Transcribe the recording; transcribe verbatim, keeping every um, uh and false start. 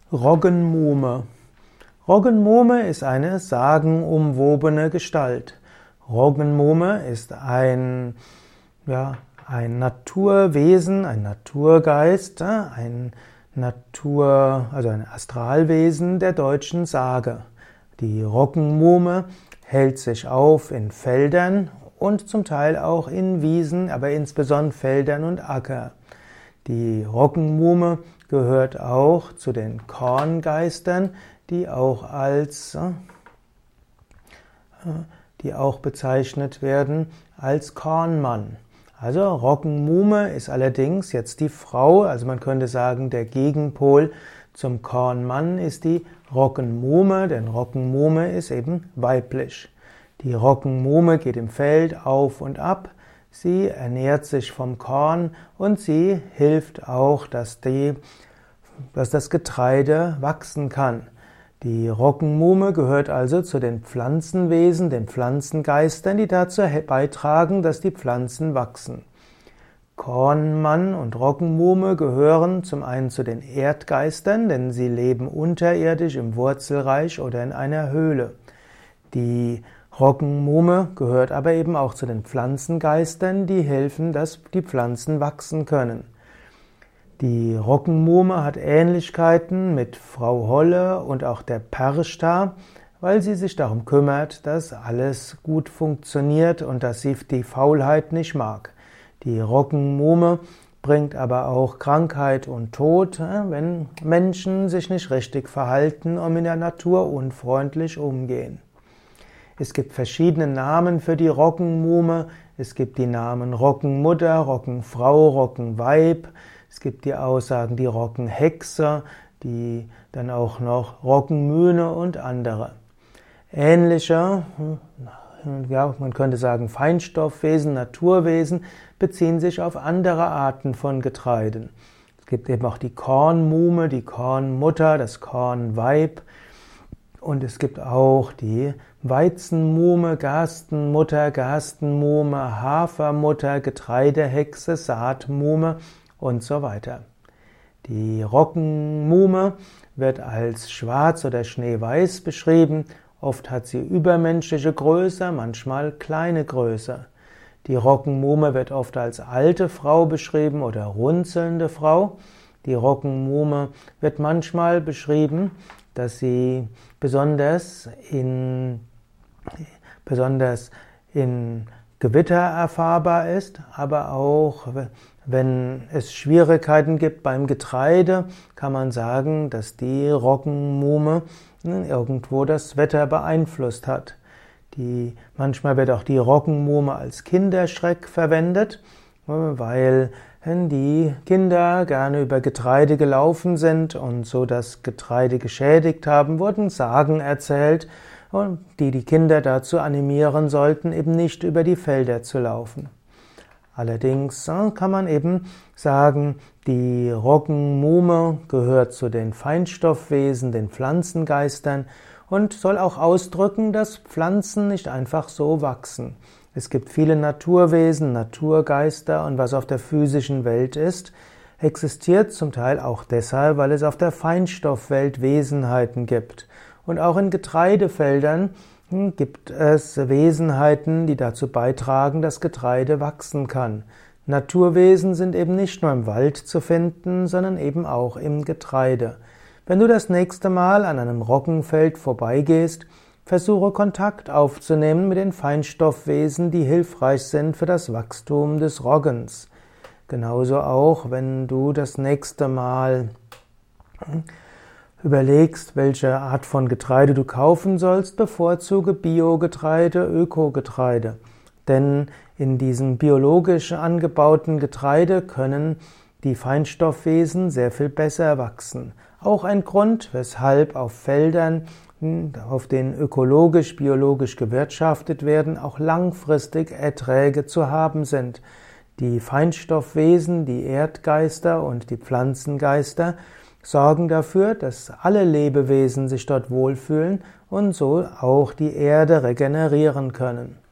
Roggenmuhme. Roggenmuhme ist eine sagenumwobene Gestalt. Roggenmuhme ist ein, ja, ein Naturwesen, ein Naturgeist, ein Natur, also ein Astralwesen der deutschen Sage. Die Roggenmuhme hält sich auf in Feldern und zum Teil auch in Wiesen, aber insbesondere Feldern und Acker. Die Roggenmuhme gehört auch zu den Korngeistern, die auch als, die auch bezeichnet werden als Kornmann. Also Roggenmuhme ist allerdings jetzt die Frau, also man könnte sagen, der Gegenpol zum Kornmann ist die Roggenmuhme, denn Roggenmuhme ist eben weiblich. Die Roggenmuhme geht im Feld auf und ab, sie ernährt sich vom Korn und sie hilft auch, dass, die, dass das Getreide wachsen kann. Die Roggenmuhme gehört also zu den Pflanzenwesen, den Pflanzengeistern, die dazu beitragen, dass die Pflanzen wachsen. Kornmann und Roggenmuhme gehören zum einen zu den Erdgeistern, denn sie leben unterirdisch im Wurzelreich oder in einer Höhle. Die Roggenmuhme gehört aber eben auch zu den Pflanzengeistern, die helfen, dass die Pflanzen wachsen können. Die Roggenmuhme hat Ähnlichkeiten mit Frau Holle und auch der Perchta, weil sie sich darum kümmert, dass alles gut funktioniert und dass sie die Faulheit nicht mag. Die Roggenmuhme bringt aber auch Krankheit und Tod, wenn Menschen sich nicht richtig verhalten und in der Natur unfreundlich umgehen. Es gibt verschiedene Namen für die Roggenmuhme. Es gibt die Namen Roggenmutter, Roggenfrau, Roggenweib. Es gibt die Aussagen die Roggenhexe, die dann auch noch Roggenmühne und andere. Ähnliche, ja, man könnte sagen Feinstoffwesen, Naturwesen, beziehen sich auf andere Arten von Getreiden. Es gibt eben auch die Kornmuhme, die Kornmutter, das Kornweib. Und es gibt auch die Weizenmuhme, Gerstenmutter, Gerstenmuhme, Hafermutter, Getreidehexe, Saatmuhme und so weiter. Die Roggenmuhme wird als schwarz oder schneeweiß beschrieben. Oft hat sie übermenschliche Größe, manchmal kleine Größe. Die Roggenmuhme wird oft als alte Frau beschrieben oder runzelnde Frau. Die Roggenmuhme wird manchmal beschrieben, dass sie besonders in, besonders in Gewitter erfahrbar ist, aber auch wenn es Schwierigkeiten gibt beim Getreide, kann man sagen, dass die Roggenmuhme irgendwo das Wetter beeinflusst hat. Die, manchmal wird auch die Roggenmuhme als Kinderschreck verwendet, weil die Kinder gerne über Getreide gelaufen sind und so das Getreide geschädigt haben, wurden Sagen erzählt, die die Kinder dazu animieren sollten, eben nicht über die Felder zu laufen. Allerdings kann man eben sagen, die Roggenmuhme gehört zu den Feinstoffwesen, den Pflanzengeistern und soll auch ausdrücken, dass Pflanzen nicht einfach so wachsen. Es gibt viele Naturwesen, Naturgeister und was auf der physischen Welt ist, existiert zum Teil auch deshalb, weil es auf der Feinstoffwelt Wesenheiten gibt. Und auch in Getreidefeldern gibt es Wesenheiten, die dazu beitragen, dass Getreide wachsen kann. Naturwesen sind eben nicht nur im Wald zu finden, sondern eben auch im Getreide. Wenn du das nächste Mal an einem Roggenfeld vorbeigehst, versuche Kontakt aufzunehmen mit den Feinstoffwesen, die hilfreich sind für das Wachstum des Roggens. Genauso auch, wenn du das nächste Mal überlegst, welche Art von Getreide du kaufen sollst, bevorzuge Biogetreide, Ökogetreide. Denn in diesem biologisch angebauten Getreide können die Feinstoffwesen sehr viel besser wachsen. Auch ein Grund, weshalb auf Feldern, auf denen ökologisch, biologisch gewirtschaftet werden, auch langfristig Erträge zu haben sind. Die Feinstoffwesen, die Erdgeister und die Pflanzengeister sorgen dafür, dass alle Lebewesen sich dort wohlfühlen und so auch die Erde regenerieren können.